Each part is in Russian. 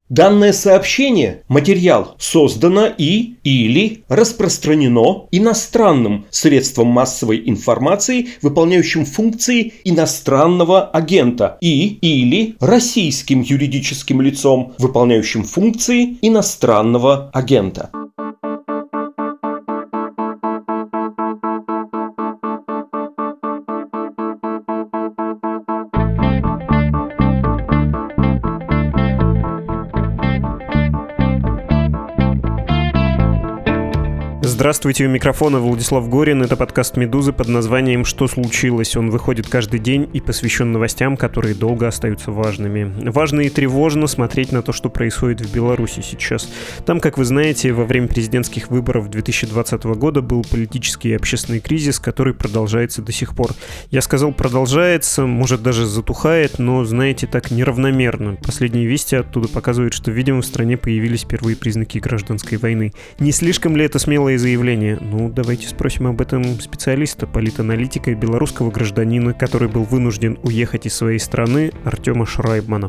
Данное сообщение, материал, создано или распространено иностранным средством массовой информации, выполняющим функции иностранного агента, или российским юридическим лицом, выполняющим функции иностранного агента. Здравствуйте, у микрофона Владислав Горин. Это подкаст «Медузы» под названием «Что случилось?». Он выходит каждый день и посвящен новостям, которые долго остаются важными. Важно и тревожно смотреть на то, что происходит в Беларуси сейчас. Там, как вы знаете, во время президентских выборов 2020 года был политический и общественный кризис, который продолжается до сих пор. Я сказал «продолжается», может даже затухает, но, знаете, так неравномерно. Последние вести оттуда показывают, что, видимо, в стране появились первые признаки гражданской войны. Не слишком ли это смелое заявление? Ну, давайте спросим об этом специалиста, политаналитика и белорусского гражданина, который был вынужден уехать из своей страны, Артема Шрайбмана.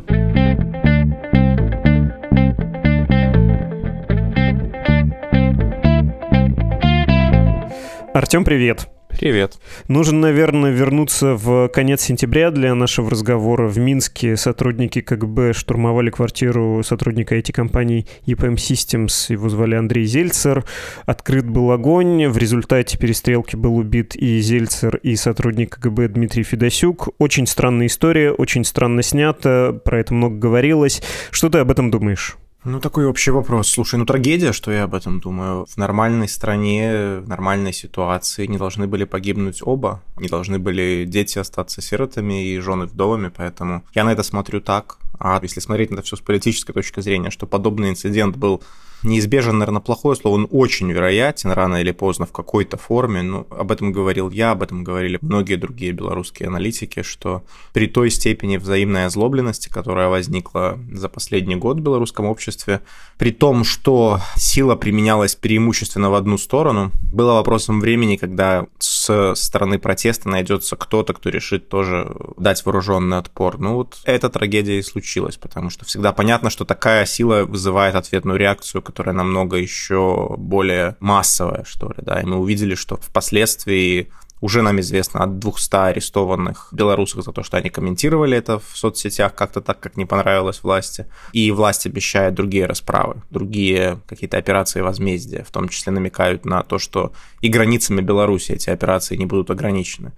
Артем, привет. Привет. Нужно, наверное, вернуться в конец сентября для нашего разговора. В Минске сотрудники КГБ штурмовали квартиру сотрудника IT-компании EPM Systems. Его звали Андрей Зельцер. Открыт был огонь. В результате перестрелки был убит и Зельцер, и сотрудник КГБ Дмитрий Федосюк. Очень странная история, очень странно снято. Про это много говорилось. Что ты об этом думаешь? Такой общий вопрос. Слушай, трагедия, что я об этом думаю. В нормальной стране, в нормальной ситуации не должны были погибнуть оба, не должны были дети остаться сиротами и жены вдовами, поэтому я на это смотрю так. А если смотреть на это все с политической точки зрения, что подобный инцидент был неизбежен, наверное, плохое слово, он очень вероятен рано или поздно в какой-то форме. Об этом говорил я, об этом говорили многие другие белорусские аналитики, что при той степени взаимной озлобленности, которая возникла за последний год в белорусском обществе, при том, что сила применялась преимущественно в одну сторону, было вопросом времени, когда с стороны протеста найдется кто-то, кто решит тоже дать вооруженный отпор. Эта трагедия и случилась, потому что всегда понятно, что такая сила вызывает ответную реакцию, которая намного еще более массовая, что ли, да, и мы увидели, что впоследствии уже нам известно от 200 арестованных белорусов за то, что они комментировали это в соцсетях как-то так, как не понравилось власти, и власть обещает другие расправы, другие какие-то операции возмездия, в том числе намекают на то, что и границами Беларуси эти операции не будут ограничены.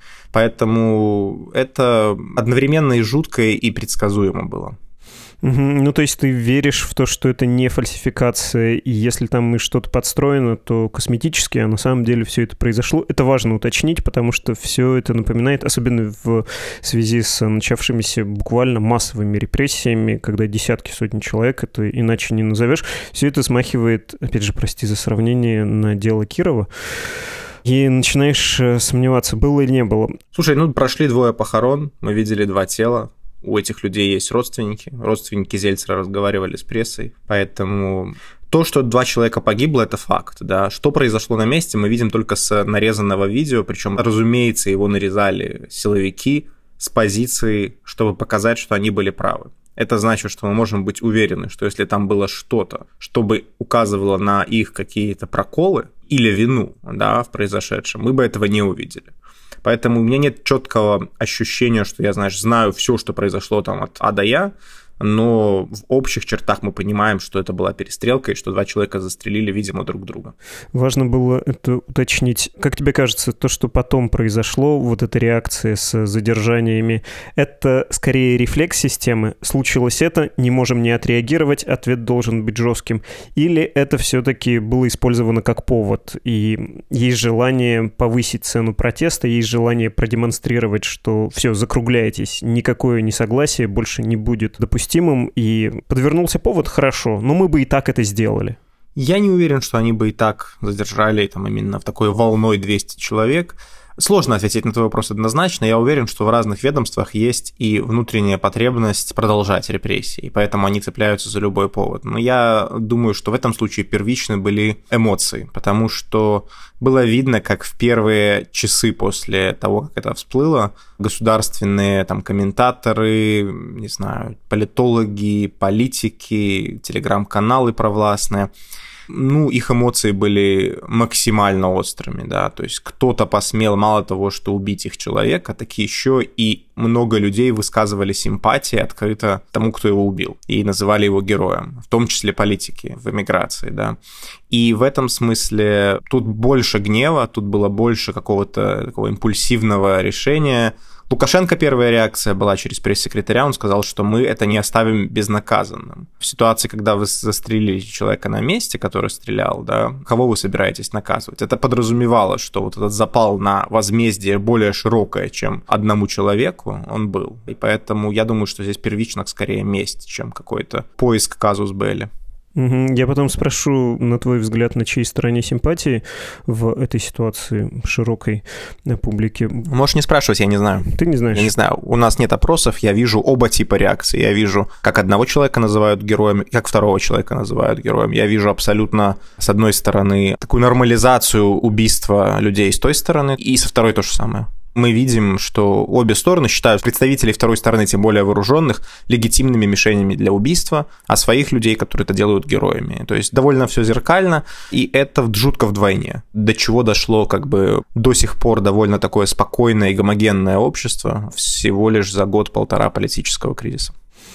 Поэтому это одновременно и жутко, и предсказуемо было. То есть ты веришь в то, что это не фальсификация, и если там и что-то подстроено, то косметически, а на самом деле все это произошло. Это важно уточнить, потому что все это напоминает, особенно в связи с начавшимися буквально массовыми репрессиями, когда десятки, сотни человек, это иначе не назовешь, все это смахивает, опять же, прости за сравнение, на дело Кирова. И начинаешь сомневаться, было или не было. Слушай, прошли 2 похорон, мы видели 2 тела. У этих людей есть родственники Зельцера разговаривали с прессой, поэтому то, что 2 человека погибло, это факт, да. Что произошло на месте, мы видим только с нарезанного видео, причем, разумеется, его нарезали силовики с позиции, чтобы показать, что они были правы. Это значит, что мы можем быть уверены, что если там было что-то, чтобы указывало на их какие-то проколы или вину, да, в произошедшем, мы бы этого не увидели. Поэтому у меня нет четкого ощущения, что я, знаю все, что произошло там от А до Я, но в общих чертах мы понимаем, что это была перестрелка и что 2 человека застрелили, видимо, друг друга. Важно было это уточнить. Как тебе кажется, то, что потом произошло, вот эта реакция с задержаниями, это скорее рефлекс системы? Случилось это, не можем не отреагировать, ответ должен быть жестким. Или это все-таки было использовано как повод, и есть желание повысить цену протеста, есть желание продемонстрировать, что все, закругляйтесь, никакое несогласие больше не будет допустимо, и подвернулся повод, хорошо, но мы бы и так это сделали. Я не уверен, что они бы и так задержали именно в такой волной 200 человек. Сложно ответить на твой вопрос однозначно. Я уверен, что в разных ведомствах есть и внутренняя потребность продолжать репрессии, поэтому они цепляются за любой повод. Но я думаю, что в этом случае первичны были эмоции, потому что было видно, как в первые часы после того, как это всплыло, государственные там комментаторы, не знаю, политологи, политики, телеграм-каналы провластные, их эмоции были максимально острыми, да, то есть кто-то посмел мало того, что убить их человека, так еще и много людей высказывали симпатии открыто тому, кто его убил, и называли его героем, в том числе политики в эмиграции, да. И в этом смысле тут больше гнева, тут было больше какого-то такого импульсивного решения. Лукашенко первая реакция была через пресс-секретаря, он сказал, что мы это не оставим безнаказанным. В ситуации, когда вы застрелили человека на месте, который стрелял, да, кого вы собираетесь наказывать? Это подразумевало, что вот этот запал на возмездие более широкое, чем одному человеку, он был. И поэтому я думаю, что здесь первично скорее месть, чем какой-то поиск казус белли. Я потом спрошу, на твой взгляд, на чьей стороне симпатии в этой ситуации широкой публики. Можешь не спрашивать, я не знаю. Ты не знаешь? Я не знаю. У нас нет опросов, я вижу оба типа реакции. Я вижу, как одного человека называют героем, как второго человека называют героем. Я вижу абсолютно, с одной стороны, такую нормализацию убийства людей с той стороны, и со второй то же самое. Мы видим, что обе стороны считают представителей второй стороны, тем более вооруженных, легитимными мишенями для убийства, а своих людей, которые это делают, героями. То есть довольно все зеркально, и это жутко вдвойне. До чего дошло как бы до сих пор довольно такое спокойное и гомогенное общество всего лишь за год-полтора политического кризиса.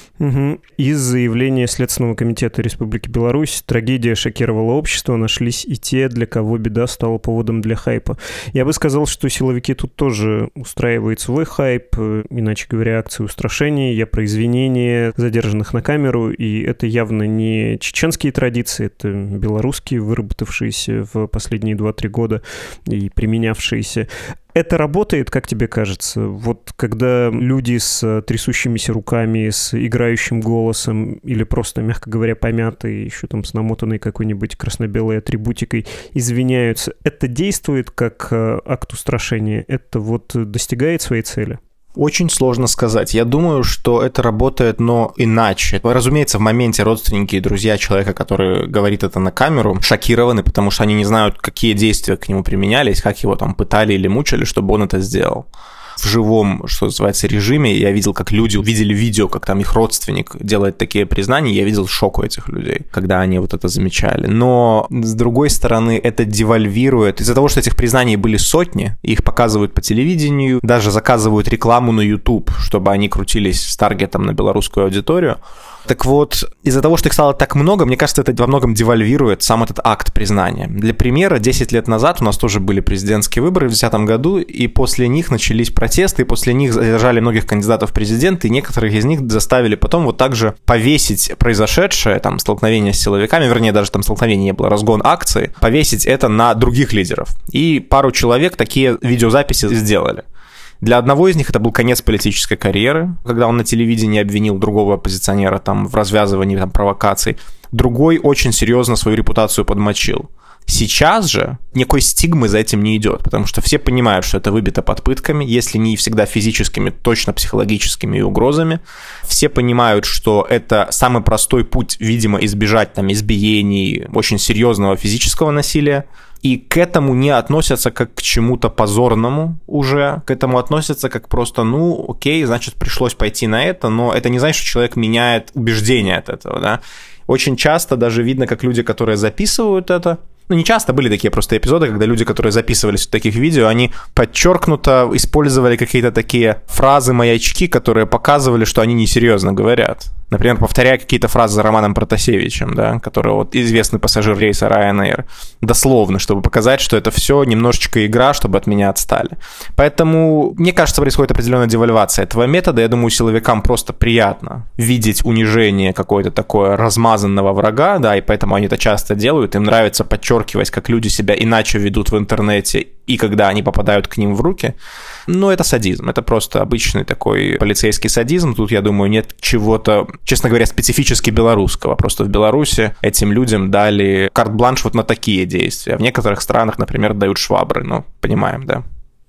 Из заявления Следственного комитета Республики Беларусь трагедия шокировала общество, нашлись и те, для кого беда стала поводом для хайпа. Я бы сказал, что силовики тут тоже устраивают свой хайп, иначе говоря, акции устрашения, я про извинения задержанных на камеру, и это явно не чеченские традиции, это белорусские, выработавшиеся в последние 2-3 года и применявшиеся. Это работает, как тебе кажется? Вот когда люди с трясущимися руками, с играющим голосом или просто, мягко говоря, помятые, еще там с намотанной какой-нибудь красно-белой атрибутикой извиняются, это действует как акт устрашения? Это вот достигает своей цели? Очень сложно сказать. Я думаю, что это работает, но иначе. Разумеется, в моменте родственники и друзья человека, который говорит это на камеру, шокированы, потому что они не знают, какие действия к нему применялись, как его там пытали или мучили, чтобы он это сделал. В живом, что называется, режиме я видел, как люди увидели видео, как там их родственник делает такие признания, я видел шок у этих людей, когда они вот это замечали. Но, с другой стороны, это девальвирует. Из-за того, что этих признаний были сотни, их показывают по телевидению, даже заказывают рекламу на YouTube, чтобы они крутились с таргетом на белорусскую аудиторию. Так вот, из-за того, что их стало так много, мне кажется, это во многом девальвирует сам этот акт признания. Для примера, 10 лет назад у нас тоже были президентские выборы в 2010 году, и после них начались протесты, и после них задержали многих кандидатов в президенты, и некоторых из них заставили потом вот так же повесить произошедшее, там, столкновение с силовиками, вернее, даже там столкновение не было, разгон акции, повесить это на других лидеров. И пару человек такие видеозаписи сделали. Для одного из них это был конец политической карьеры, когда он на телевидении обвинил другого оппозиционера там, в развязывании там, провокаций. Другой очень серьезно свою репутацию подмочил. Сейчас же никакой стигмы за этим не идет, потому что все понимают, что это выбито под пытками, если не всегда физическими, точно психологическими и угрозами. Все понимают, что это самый простой путь, видимо, избежать там, избиений, очень серьезного физического насилия. И к этому не относятся как к чему-то позорному уже, к этому относятся как просто, окей, значит, пришлось пойти на это, но это не значит, что человек меняет убеждения от этого, да. Очень часто даже видно, как люди, которые записывают это, не часто были такие просто эпизоды, когда люди, которые записывались в таких видео, они подчеркнуто использовали какие-то такие фразы-маячки, которые показывали, что они несерьезно говорят. Например, повторяя какие-то фразы за Романом Протасевичем, да, который вот известный пассажир рейса Ryanair, дословно, чтобы показать, что это все немножечко игра, чтобы от меня отстали. Поэтому, мне кажется, происходит определенная девальвация этого метода. Я думаю, силовикам просто приятно видеть унижение какое-то такое размазанного врага, да, и поэтому они это часто делают. Им нравится подчеркивать, как люди себя иначе ведут в интернете, и когда они попадают к ним в руки. Но это садизм, это просто обычный такой полицейский садизм. Тут, я думаю, нет чего-то, честно говоря, специфически белорусского. Просто в Беларуси этим людям дали карт-бланш вот на такие действия. В некоторых странах, например, дают швабры, понимаем, да?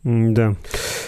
Да.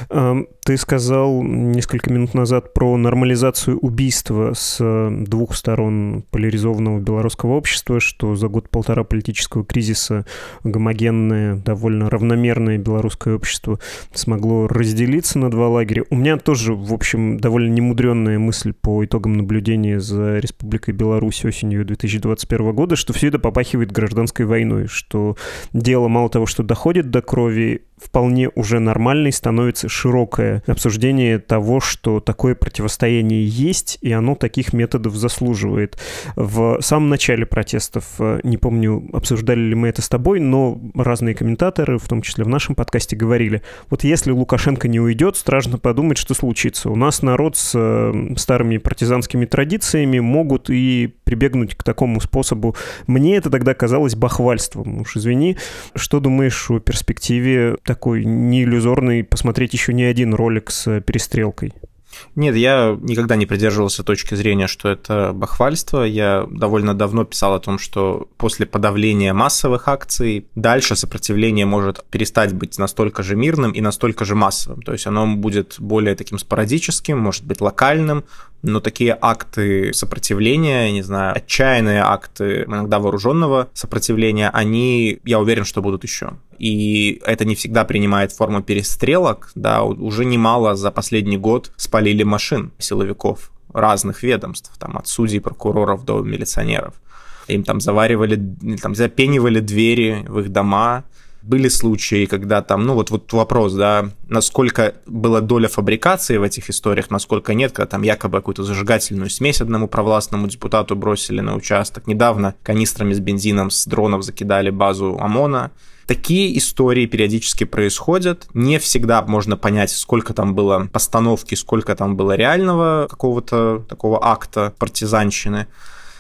Ты сказал несколько минут назад про нормализацию убийства с двух сторон поляризованного белорусского общества, что за год-полтора политического кризиса гомогенное, довольно равномерное белорусское общество смогло разделиться на два лагеря. У меня тоже, в общем, довольно немудренная мысль по итогам наблюдения за Республикой Беларусь осенью 2021 года, что все это попахивает гражданской войной, что дело мало того, что доходит до крови, вполне уже нормальной становится широкое обсуждение того, что такое противостояние есть, и оно таких методов заслуживает. В самом начале протестов, не помню, обсуждали ли мы это с тобой, но разные комментаторы, в том числе в нашем подкасте, говорили, вот если Лукашенко не уйдет, страшно подумать, что случится. У нас народ с старыми партизанскими традициями могут и прибегнуть к такому способу. Мне это тогда казалось бахвальством. Уж извини, что думаешь о перспективе такой неиллюзорный, посмотреть еще не один ролик с перестрелкой? Нет, я никогда не придерживался точки зрения, что это бахвальство. Я довольно давно писал о том, что после подавления массовых акций дальше сопротивление может перестать быть настолько же мирным и настолько же массовым. То есть оно будет более таким спорадическим, может быть локальным, но такие акты сопротивления, не знаю, отчаянные акты иногда вооруженного сопротивления, они, я уверен, что будут еще. И это не всегда принимает форму перестрелок, да, уже немало за последний год спалили машин силовиков разных ведомств, там, от судей, прокуроров до милиционеров. Им там заваривали, там запенивали двери в их дома. Были случаи, когда там, ну вот вопрос, да, насколько была доля фабрикации в этих историях, насколько нет, когда там якобы какую-то зажигательную смесь одному провластному депутату бросили на участок. Недавно канистрами с бензином с дронов закидали базу ОМОНа. Такие истории периодически происходят. Не всегда можно понять, сколько там было постановки, сколько там было реального какого-то такого акта партизанщины.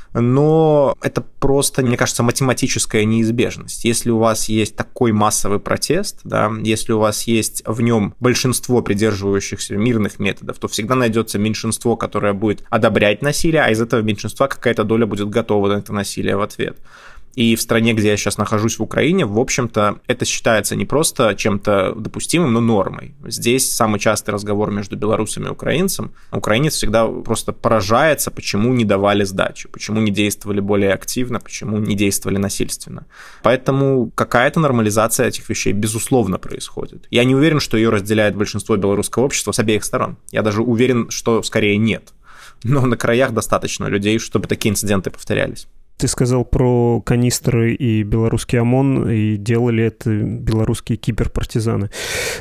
Но это просто, мне кажется, математическая неизбежность. Если у вас есть такой массовый протест, да, если у вас есть в нем большинство придерживающихся мирных методов, то всегда найдется меньшинство, которое будет одобрять насилие, а из этого меньшинства какая-то доля будет готова на это насилие в ответ. И в стране, где я сейчас нахожусь, в Украине, в общем-то, это считается не просто чем-то допустимым, но нормой. Здесь самый частый разговор между белорусами и украинцем. Украинец всегда просто поражается, почему не давали сдачу, почему не действовали более активно, почему не действовали насильственно. Поэтому какая-то нормализация этих вещей, безусловно, происходит. Я не уверен, что ее разделяет большинство белорусского общества с обеих сторон. Я даже уверен, что скорее нет. Но на краях достаточно людей, чтобы такие инциденты повторялись. Ты сказал про канистры и белорусский ОМОН, и делали это белорусские киберпартизаны.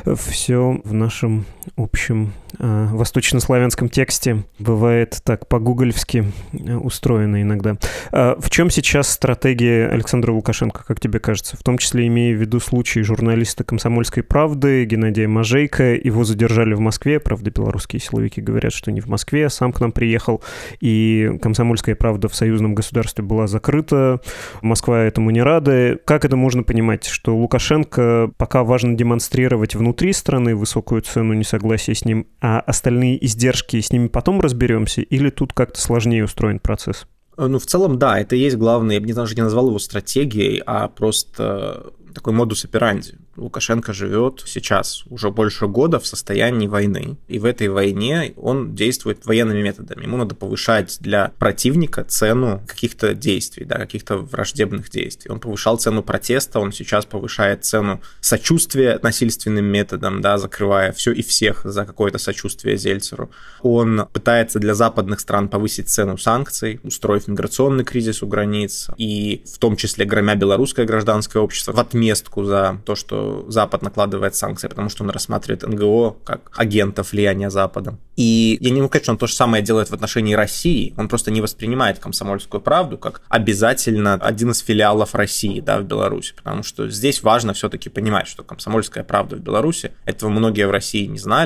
Все в нашем общем восточнославянском тексте бывает так по-гуглевски устроено иногда. В чем сейчас стратегия Александра Лукашенко, как тебе кажется? В том числе имея в виду случай журналиста «Комсомольской правды» Геннадия Можейко. Его задержали в Москве. Правда, белорусские силовики говорят, что не в Москве, а сам к нам приехал. И «Комсомольская правда» в союзном государстве была закрыта. Москва этому не рада. Как это можно понимать? Что Лукашенко пока важно демонстрировать внутри страны высокую цену несогласия с ним, а остальные издержки с ними потом разберемся? Или тут как-то сложнее устроен процесс? Ну, в целом, да, это и есть главное. Я бы даже не назвал его стратегией, а просто такой модус операнди. Лукашенко живет сейчас уже больше года в состоянии войны, и в этой войне он действует военными методами. Ему надо повышать для противника цену каких-то действий, да, каких-то враждебных действий. Он повышал цену протеста, он сейчас повышает цену сочувствия насильственным методам, да, закрывая все и всех за какое-то сочувствие Зельцеру. Он пытается для западных стран повысить цену санкций, устроив миграционный кризис у границ, и в том числе громя белорусское гражданское общество в отместку за то, что Запад накладывает санкции, потому что он рассматривает НГО как агентов влияния Запада. И я не могу сказать, что он то же самое делает в отношении России. Он просто не воспринимает «Комсомольскую правду» как обязательно один из филиалов России, да, в Беларуси. Потому что здесь важно все-таки понимать, что «Комсомольская правда» в Беларуси, этого многие в России не знали,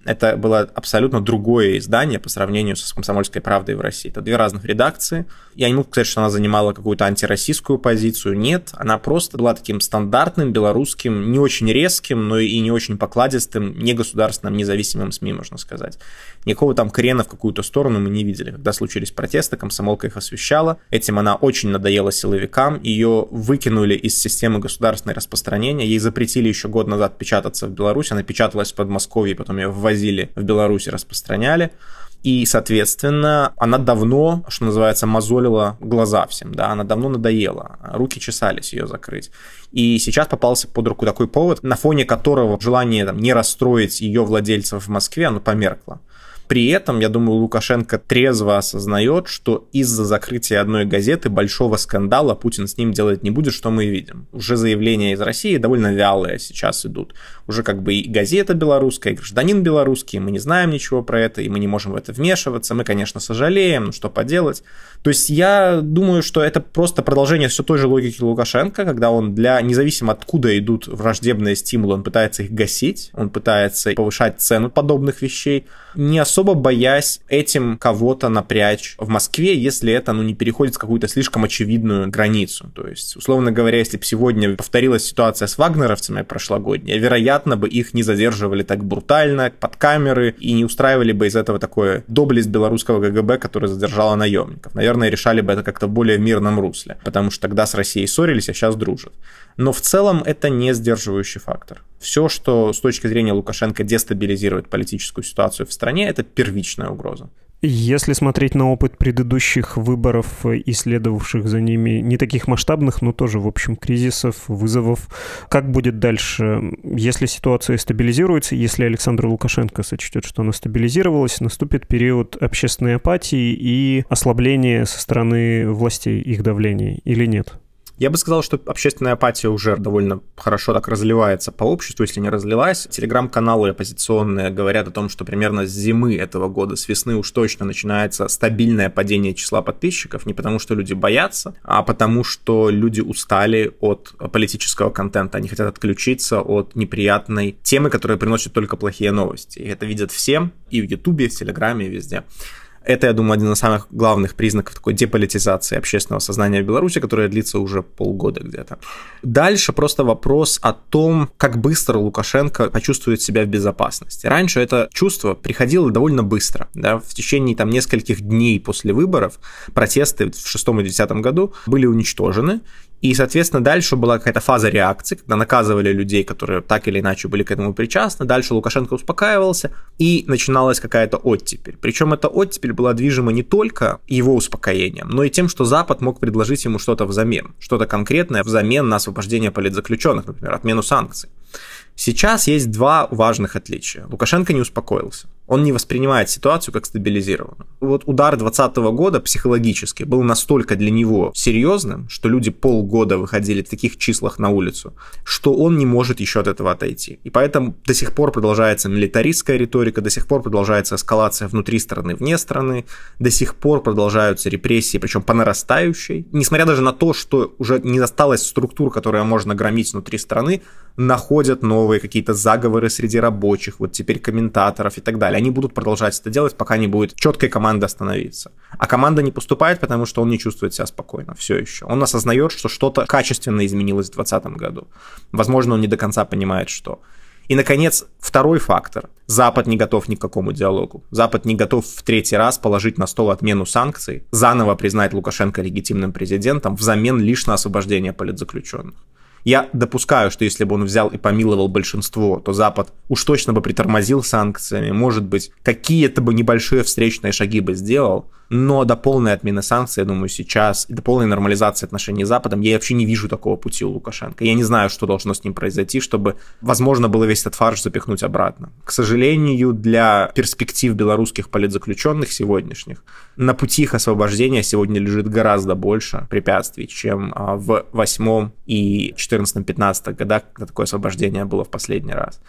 Это было абсолютно другое издание по сравнению с «Комсомольской правдой» в России. Это две разных редакции. Я не могу сказать, что она занимала какую-то антироссийскую позицию. Нет, она просто была таким стандартным белорусским, не очень резким, но и не очень покладистым, негосударственным, независимым СМИ, можно сказать. Никакого там крена в какую-то сторону мы не видели. Когда случились протесты, «Комсомолка» их освещала. Этим она очень надоела силовикам. Ее выкинули из системы государственного распространения. Ей запретили еще год назад печататься в Беларуси. Она печаталась в Подмосковье, потом ее ввозили в Беларуси, распространяли. И, соответственно, она давно, что называется, мозолила глаза всем, да, она давно надоела, руки чесались ее закрыть. И сейчас попался под руку такой повод, на фоне которого желание не расстроить ее владельцев в Москве, оно померкло. При этом, я думаю, Лукашенко трезво осознает, что из-за закрытия одной газеты большого скандала Путин с ним делать не будет, что мы и видим. Уже заявления из России довольно вялые сейчас идут. Уже как бы и газета белорусская, и гражданин белорусский, мы не знаем ничего про это, и мы не можем в это вмешиваться. Мы, конечно, сожалеем, но что поделать. То есть я думаю, что это просто продолжение все той же логики Лукашенко, когда он независимо откуда идут враждебные стимулы, он пытается их гасить, он пытается повышать цену подобных вещей, не особо боясь этим кого-то напрячь в Москве, если это не переходит какую-то слишком очевидную границу. То есть, условно говоря, если бы сегодня повторилась ситуация с вагнеровцами прошлогодняя, вероятно бы их не задерживали так брутально, под камеры, и не устраивали бы из этого такое доблесть белорусского КГБ, которое задержало наемников. Наверное, решали бы это как-то более в мирном русле, потому что тогда с Россией ссорились, а сейчас дружат. Но в целом это не сдерживающий фактор. Все, что с точки зрения Лукашенко дестабилизирует политическую ситуацию в стране, это первичная угроза. Если смотреть на опыт предыдущих выборов и следовавших за ними, не таких масштабных, но тоже, в общем, кризисов, вызовов, как будет дальше? Если ситуация стабилизируется, если Александр Лукашенко сочтет, что она стабилизировалась, наступит период общественной апатии и ослабления со стороны властей их давления или нет? Я бы сказал, что общественная апатия уже довольно хорошо так разливается по обществу, если не разлилась. Телеграм-каналы оппозиционные говорят о том, что примерно с зимы этого года, с весны уж точно начинается стабильное падение числа подписчиков. Не потому, что люди боятся, а потому, что люди устали от политического контента. Они хотят отключиться от неприятной темы, которая приносит только плохие новости. И это видят все, и в Ютубе, и в Телеграме, и везде. Это, я думаю, один из самых главных признаков такой деполитизации общественного сознания в Беларуси, которая длится уже полгода где-то. Дальше просто вопрос о том, как быстро Лукашенко почувствует себя в безопасности. Раньше это чувство приходило довольно быстро. Да? В течение нескольких дней после выборов протесты в 2006 и 2010 году были уничтожены. И, соответственно, дальше была какая-то фаза реакции, когда наказывали людей, которые так или иначе были к этому причастны. Дальше Лукашенко успокаивался, и начиналась какая-то оттепель. Причем эта оттепель была движима не только его успокоением, но и тем, что Запад мог предложить ему что-то взамен, что-то конкретное взамен на освобождение политзаключенных, например, отмену санкций. Сейчас есть два важных отличия. Лукашенко не успокоился. Он не воспринимает ситуацию как стабилизированную. Вот удар 2020 года психологически был настолько для него серьезным, что люди полгода выходили в таких числах на улицу, что он не может еще от этого отойти. И поэтому до сих пор продолжается милитаристская риторика, до сих пор продолжается эскалация внутри страны, вне страны, до сих пор продолжаются репрессии, причем по нарастающей. Несмотря даже на то, что уже не осталось структур, которые можно громить внутри страны, находят новые какие-то заговоры среди рабочих, вот теперь комментаторов и так далее. Они будут продолжать это делать, пока не будет четкой команды остановиться. А команда не поступает, потому что он не чувствует себя спокойно все еще. Он осознает, что что-то качественно изменилось в 2020 году. Возможно, он не до конца понимает, что. И, наконец, второй фактор. Запад не готов ни к какому диалогу. Запад не готов в третий раз положить на стол отмену санкций, заново признать Лукашенко легитимным президентом взамен лишь на освобождение политзаключенных. Я допускаю, что если бы он взял и помиловал большинство, то Запад уж точно бы притормозил санкциями, может быть, какие-то бы небольшие встречные шаги бы сделал, но до полной отмены санкций, я думаю, сейчас, и до полной нормализации отношений с Западом, я вообще не вижу такого пути у Лукашенко. Я не знаю, что должно с ним произойти, чтобы возможно было весь этот фарш запихнуть обратно. К сожалению, для перспектив белорусских политзаключенных сегодняшних, на пути их освобождения сегодня лежит гораздо больше препятствий, чем в 2008 и 2014-2015 годах, когда такое освобождение было в последний раз.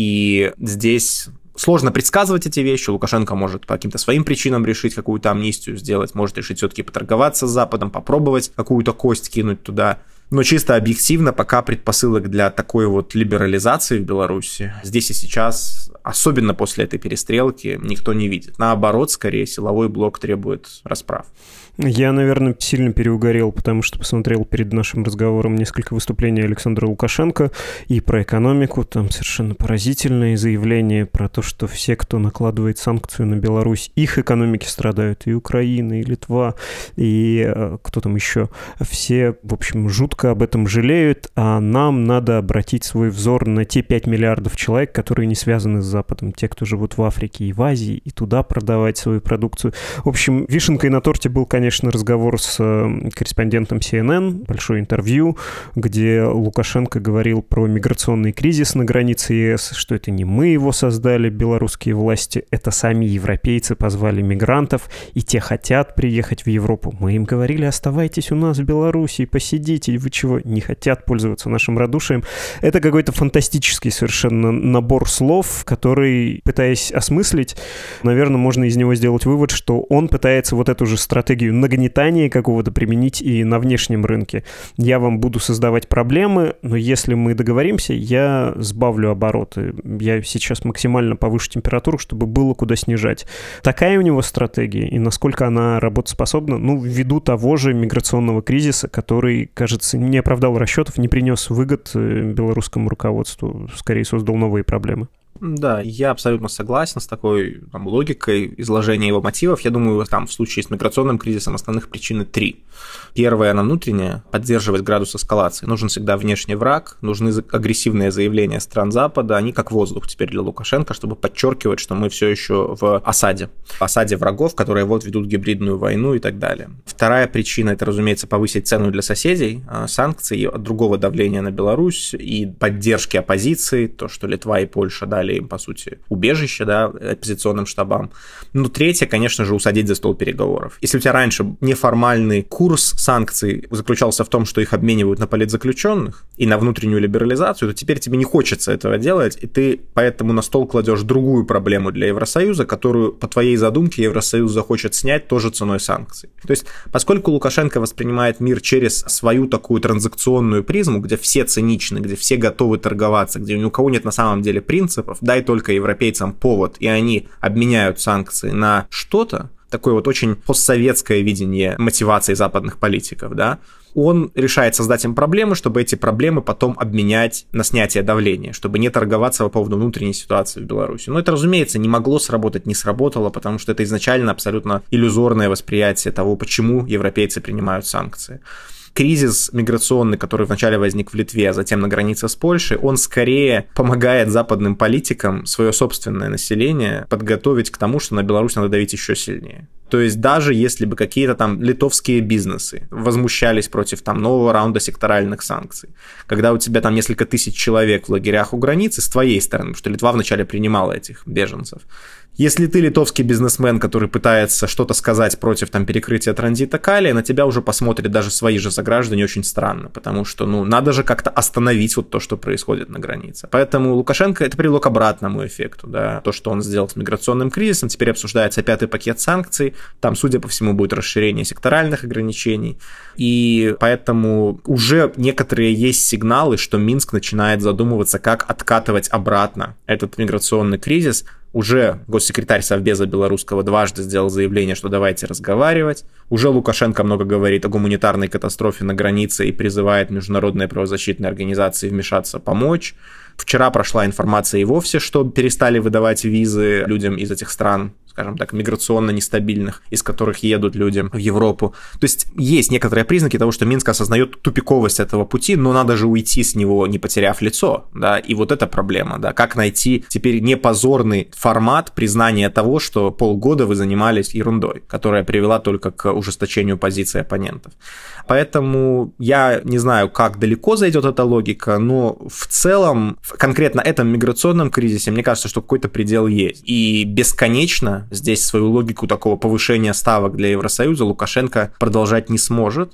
И здесь сложно предсказывать эти вещи. Лукашенко может по каким-то своим причинам решить какую-то амнистию сделать, может решить все-таки поторговаться с Западом, попробовать какую-то кость кинуть туда. Но чисто объективно пока предпосылок для такой вот либерализации в Беларуси здесь и сейчас, особенно после этой перестрелки, никто не видит. Наоборот, скорее, силовой блок требует расправ. Я, наверное, сильно переугорел, потому что посмотрел перед нашим разговором несколько выступлений Александра Лукашенко и про экономику. Там совершенно поразительные заявления про то, что все, кто накладывает санкцию на Беларусь, их экономики страдают. И Украина, и Литва, и кто там еще. Все, в общем, жутко об этом жалеют, а нам надо обратить свой взор на те 5 миллиардов человек, которые не связаны с Западом. Те, кто живут в Африке и в Азии, и туда продавать свою продукцию. В общем, вишенкой на торте был, конечно, разговор с корреспондентом CNN, большое интервью, где Лукашенко говорил про миграционный кризис на границе ЕС, что это не мы его создали, белорусские власти, это сами европейцы позвали мигрантов, и те хотят приехать в Европу. Мы им говорили, оставайтесь у нас в Беларуси, посидите, вы чего, не хотят пользоваться нашим радушием. Это какой-то фантастический совершенно набор слов, который, пытаясь осмыслить, наверное, можно из него сделать вывод, что он пытается вот эту же стратегию нагнетания какого-то применить и на внешнем рынке. Я вам буду создавать проблемы, но если мы договоримся, я сбавлю обороты. Я сейчас максимально повышу температуру, чтобы было куда снижать. Такая у него стратегия, и насколько она работоспособна, ввиду того же миграционного кризиса, который, кажется, не оправдал расчетов, не принес выгод белорусскому руководству, скорее создал новые проблемы. Да, я абсолютно согласен с такой логикой изложения его мотивов. Я думаю, в случае с миграционным кризисом основных причин 3. Первая, она внутренняя, поддерживать градус эскалации. Нужен всегда внешний враг, нужны агрессивные заявления стран Запада, они как воздух теперь для Лукашенко, чтобы подчеркивать, что мы все еще в осаде врагов, которые ведут гибридную войну и так далее. Вторая причина – это, разумеется, повысить цену для соседей, санкций, от другого давления на Беларусь и поддержки оппозиции, то, что Литва и Польша дали им, по сути, убежище, оппозиционным штабам. Третье, конечно же, усадить за стол переговоров. Если у тебя раньше неформальный курс санкций заключался в том, что их обменивают на политзаключенных и на внутреннюю либерализацию, то теперь тебе не хочется этого делать, и ты поэтому на стол кладешь другую проблему для Евросоюза, которую, по твоей задумке, Евросоюз захочет снять тоже ценой санкций. То есть, поскольку Лукашенко воспринимает мир через свою такую транзакционную призму, где все циничны, где все готовы торговаться, где ни у кого нет на самом деле принципов, дай только европейцам повод, и они обменяют санкции на что-то, такое очень постсоветское видение мотивации западных политиков, он решает создать им проблемы, чтобы эти проблемы потом обменять на снятие давления, чтобы не торговаться по поводу внутренней ситуации в Беларуси. Но это, разумеется, не могло сработать, не сработало, потому что это изначально абсолютно иллюзорное восприятие того, почему европейцы принимают санкции. Кризис миграционный, который вначале возник в Литве, а затем на границе с Польшей, он скорее помогает западным политикам свое собственное население подготовить к тому, что на Беларусь надо давить еще сильнее. То есть даже если бы какие-то литовские бизнесы возмущались против нового раунда секторальных санкций, когда у тебя несколько тысяч человек в лагерях у границы с твоей стороны, потому что Литва вначале принимала этих беженцев, если ты литовский бизнесмен, который пытается что-то сказать против перекрытия транзита калия, на тебя уже посмотрят даже свои же сограждане очень странно, потому что, надо же как-то остановить то, что происходит на границе. Поэтому Лукашенко это привело к обратному эффекту, то, что он сделал с миграционным кризисом, теперь обсуждается 5-й пакет санкций, там, судя по всему, будет расширение секторальных ограничений, и поэтому уже некоторые есть сигналы, что Минск начинает задумываться, как откатывать обратно этот миграционный кризис. Уже госсекретарь Совбеза белорусского дважды сделал заявление, что давайте разговаривать. Уже Лукашенко много говорит о гуманитарной катастрофе на границе и призывает международные правозащитные организации вмешаться, помочь. Вчера прошла информация и вовсе, что перестали выдавать визы людям из этих стран, скажем так, миграционно нестабильных, из которых едут люди в Европу. То есть есть некоторые признаки того, что Минск осознает тупиковость этого пути, но надо же уйти с него, не потеряв лицо, и вот эта проблема, как найти теперь не позорный формат признания того, что полгода вы занимались ерундой, которая привела только к ужесточению позиции оппонентов. Поэтому я не знаю, как далеко зайдет эта логика, но в целом, в конкретно этом миграционном кризисе, мне кажется, что какой-то предел есть. И бесконечно здесь свою логику такого повышения ставок для Евросоюза Лукашенко продолжать не сможет.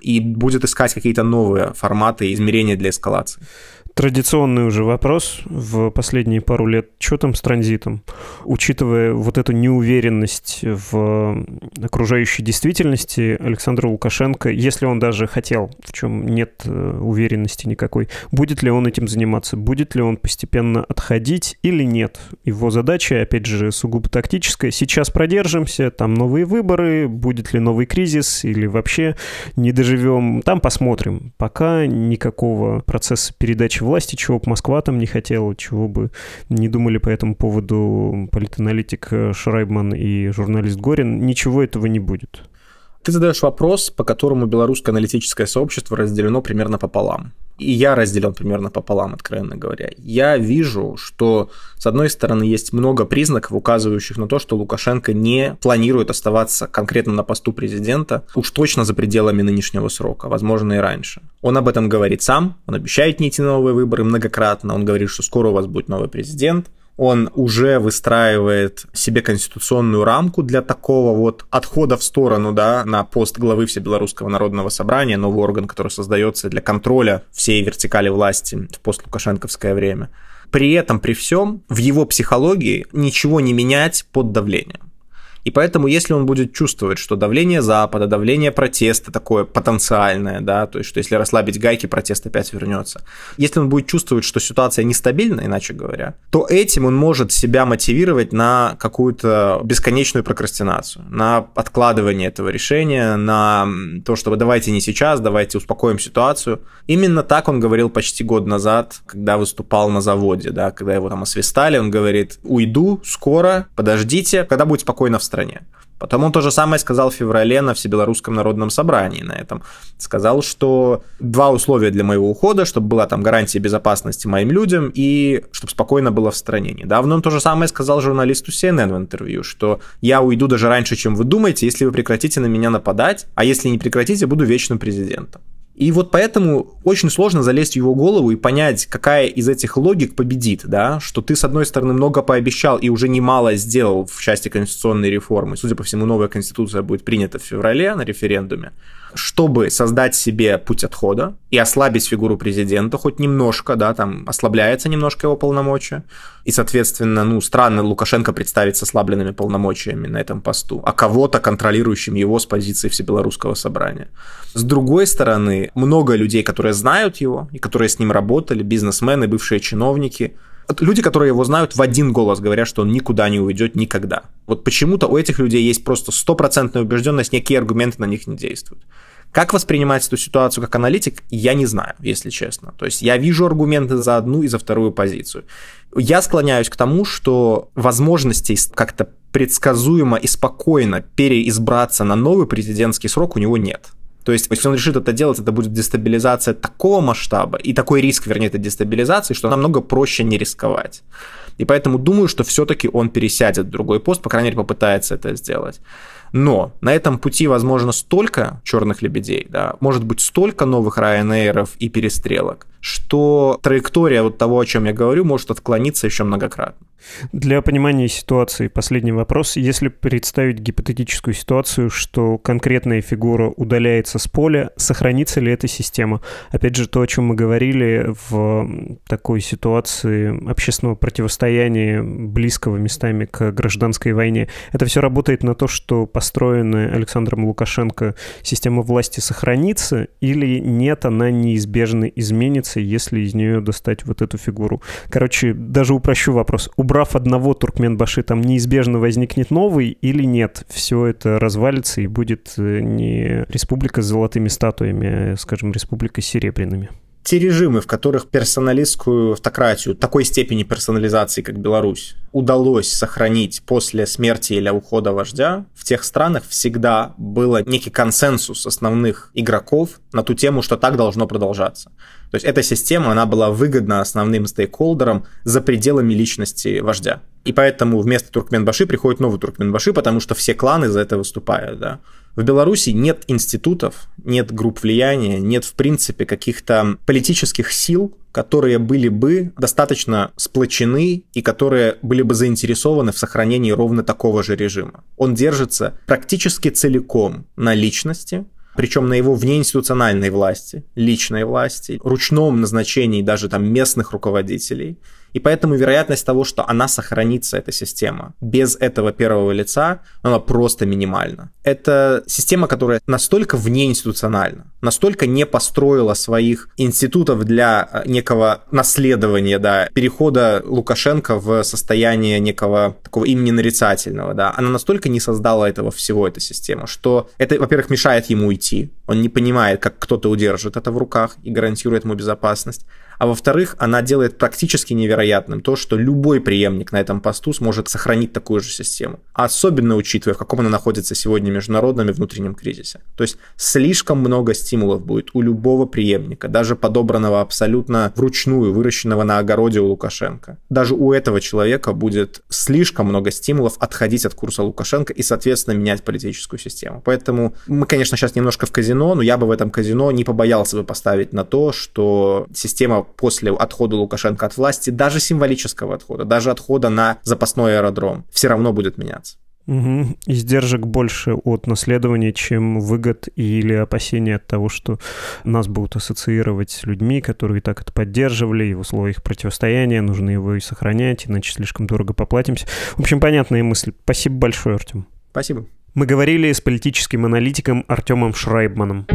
и будет искать какие-то новые форматы измерения для эскалации. Традиционный уже вопрос в последние пару лет. Что там с транзитом? Учитывая вот эту неуверенность в окружающей действительности, Александр Лукашенко, если он даже хотел, в чем нет уверенности никакой, будет ли он этим заниматься? Будет ли он постепенно отходить или нет? Его задача, опять же, сугубо тактическая. Сейчас продержимся, там новые выборы, будет ли новый кризис или вообще не доживем. Там посмотрим. Пока никакого процесса передачи власти, чего бы Москва там не хотела, чего бы не думали по этому поводу политаналитик Шрайбман и журналист Горин, ничего этого не будет. Ты задаешь вопрос, по которому белорусское аналитическое сообщество разделено примерно пополам. И я разделен примерно пополам, откровенно говоря. Я вижу, что, с одной стороны, есть много признаков, указывающих на то, что Лукашенко не планирует оставаться конкретно на посту президента, уж точно за пределами нынешнего срока, возможно, и раньше. Он об этом говорит сам, он обещает не идти на новые выборы многократно, он говорит, что скоро у вас будет новый президент. Он уже выстраивает себе конституционную рамку для такого вот отхода в сторону, да, на пост главы Всебелорусского народного собрания, новый орган, который создается для контроля всей вертикали власти в постлукашенковское время. При этом, при всем, в его психологии ничего не менять под давлением. И поэтому, если он будет чувствовать, что давление Запада, давление протеста такое потенциальное, да, то есть, что если расслабить гайки, протест опять вернется. Если он будет чувствовать, что ситуация нестабильна, иначе говоря, то этим он может себя мотивировать на какую-то бесконечную прокрастинацию, на откладывание этого решения, на то, чтобы давайте не сейчас, давайте успокоим ситуацию. Именно так он говорил почти год назад, когда выступал на заводе, да, когда его там освистали, он говорит: уйду скоро, подождите, когда будет спокойно в стране. Потом он то же самое сказал в феврале на Всебелорусском народном собрании на этом. Сказал, что 2 условия для моего ухода, чтобы была там гарантия безопасности моим людям и чтобы спокойно было в стране. Недавно он то же самое сказал журналисту CNN в интервью, что я уйду даже раньше, чем вы думаете, если вы прекратите на меня нападать, а если не прекратите, буду вечным президентом. И вот поэтому очень сложно залезть в его голову и понять, какая из этих логик победит, да, что ты, с одной стороны, много пообещал и уже немало сделал в части конституционной реформы. Судя по всему, новая конституция будет принята в феврале на референдуме, чтобы создать себе путь отхода и ослабить фигуру президента хоть немножко, да, там ослабляется немножко его полномочия. И, соответственно, странно Лукашенко представить с ослабленными полномочиями на этом посту, а кого-то контролирующим его с позиции Всебелорусского собрания. С другой стороны, много людей, которые знают его и которые с ним работали, бизнесмены, бывшие чиновники, люди, которые его знают, в один голос говорят, что он никуда не уйдет никогда. Вот почему-то у этих людей есть просто 100% убежденность, никакие аргументы на них не действуют. Как воспринимать эту ситуацию как аналитик, я не знаю, если честно. То есть я вижу аргументы за одну и за вторую позицию. Я склоняюсь к тому, что возможностей как-то предсказуемо и спокойно переизбраться на новый президентский срок у него нет. То есть, если он решит это делать, это будет дестабилизация такого масштаба и такой риск, вернее, этой дестабилизации, что намного проще не рисковать. И поэтому думаю, что все-таки он пересядет в другой пост, по крайней мере, попытается это сделать. Но на этом пути, возможно, столько черных лебедей, да, может быть, столько новых Ryanair'ов и перестрелок, что траектория вот того, о чем я говорю, может отклониться еще многократно. Для понимания ситуации последний вопрос. Если представить гипотетическую ситуацию, что конкретная фигура удаляется с поля, сохранится ли эта система? Опять же, то, о чем мы говорили в такой ситуации общественного противостояния, близкого местами к гражданской войне, это все работает на то, что построенная Александром Лукашенко система власти сохранится или нет, она неизбежно изменится, если из нее достать вот эту фигуру. Короче, даже упрощу вопрос. Убрав одного Туркменбаши, там неизбежно возникнет новый или нет? Все это развалится и будет не республика с золотыми статуями, а, скажем, республика с серебряными. Те режимы, в которых персоналистскую автократию такой степени персонализации, как Беларусь, удалось сохранить после смерти или ухода вождя, в тех странах всегда был некий консенсус основных игроков на ту тему, что так должно продолжаться. То есть эта система, она была выгодна основным стейкхолдерам за пределами личности вождя. И поэтому вместо Туркменбаши приходит новый Туркменбаши, потому что все кланы за это выступают, да. В Беларуси нет институтов, нет групп влияния, нет, в принципе, каких-то политических сил, которые были бы достаточно сплочены и которые были бы заинтересованы в сохранении ровно такого же режима. Он держится практически целиком на личности, причем на его внеинституциональной власти, личной власти, ручном назначении даже там местных руководителей. И поэтому вероятность того, что она сохранится, эта система, без этого первого лица, она просто минимальна. Это система, которая настолько внеинституциональна, настолько не построила своих институтов для некого наследования, да, перехода Лукашенко в состояние некого такого имени нарицательного, да, она настолько не создала этого всего, эта система, что это, во-первых, мешает ему уйти, он не понимает, как кто-то удержит это в руках и гарантирует ему безопасность. А во-вторых, она делает практически невероятным то, что любой преемник на этом посту сможет сохранить такую же систему. Особенно учитывая, в каком она находится сегодня в международном и внутреннем кризисе. То есть слишком много стимулов будет у любого преемника, даже подобранного абсолютно вручную, выращенного на огороде у Лукашенко. Даже у этого человека будет слишком много стимулов отходить от курса Лукашенко и, соответственно, менять политическую систему. Поэтому мы, конечно, сейчас немножко в казино, но я бы в этом казино не побоялся бы поставить на то, что система после отхода Лукашенко от власти, даже символического отхода, даже отхода на запасной аэродром, все равно будет меняться. Угу. Издержек больше от наследования, чем выгод или опасения от того, что нас будут ассоциировать с людьми, которые так это поддерживали, и в условиях противостояния нужно его и сохранять, иначе слишком дорого поплатимся. В общем, понятная мысль. Спасибо большое, Артем. Спасибо. Мы говорили с политическим аналитиком Артемом Шрайбманом.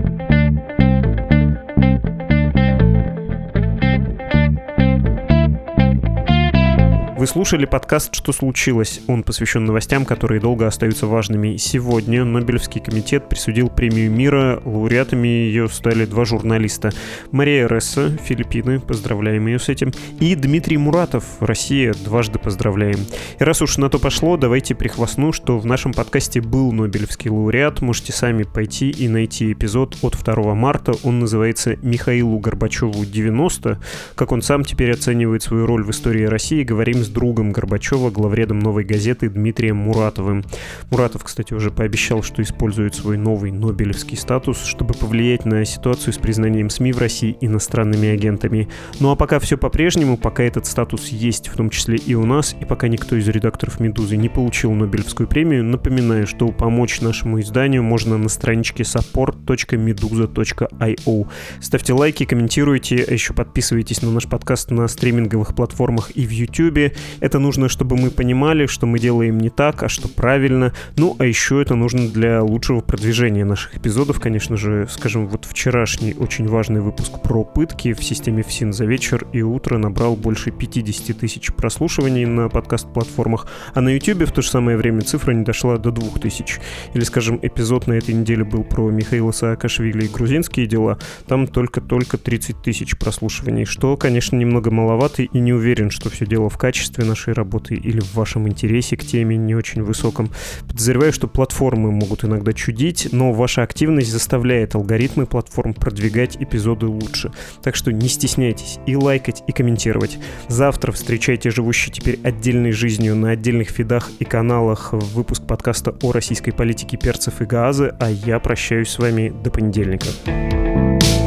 Вы слушали подкаст «Что случилось?». Он посвящен новостям, которые долго остаются важными. Сегодня Нобелевский комитет присудил премию мира. Лауреатами ее стали 2 журналиста. Мария Ресса, Филиппины, поздравляем ее с этим, и Дмитрий Муратов, Россия, дважды поздравляем. И раз уж на то пошло, давайте прихвастну, что в нашем подкасте был Нобелевский лауреат. Можете сами пойти и найти эпизод от 2 марта. Он называется «Михаилу Горбачеву 90». Как он сам теперь оценивает свою роль в истории России, говорим с другом Горбачева, главредом «Новой газеты» Дмитрием Муратовым. Муратов, кстати, уже пообещал, что использует свой новый нобелевский статус, чтобы повлиять на ситуацию с признанием СМИ в России иностранными агентами. Ну а пока все по-прежнему, пока этот статус есть, в том числе и у нас, и пока никто из редакторов «Медузы» не получил Нобелевскую премию, напоминаю, что помочь нашему изданию можно на страничке support.meduza.io. Ставьте лайки, комментируйте, а еще подписывайтесь на наш подкаст на стриминговых платформах и в YouTube. Это нужно, чтобы мы понимали, что мы делаем не так, а что правильно. Ну, а еще это нужно для лучшего продвижения наших эпизодов. Конечно же, скажем, вот вчерашний очень важный выпуск про пытки в системе ФСИН за вечер и утро набрал больше 50 тысяч прослушиваний на подкаст-платформах, а на YouTube в то же самое время цифра не дошла до 2000. Или, скажем, эпизод на этой неделе был про Михаила Саакашвили и грузинские дела. Там только 30 тысяч прослушиваний, что, конечно, немного маловато, и не уверен, что все дело в качестве нашей работы или в вашем интересе к теме не очень высоком. Подозреваю, что платформы могут иногда чудить, но ваша активность заставляет алгоритмы платформ продвигать эпизоды лучше. Так что не стесняйтесь и лайкать, и комментировать. Завтра встречайте живущий теперь отдельной жизнью на отдельных фидах и каналах выпуск подкаста о российской политике перцев и газа, а я прощаюсь с вами до понедельника.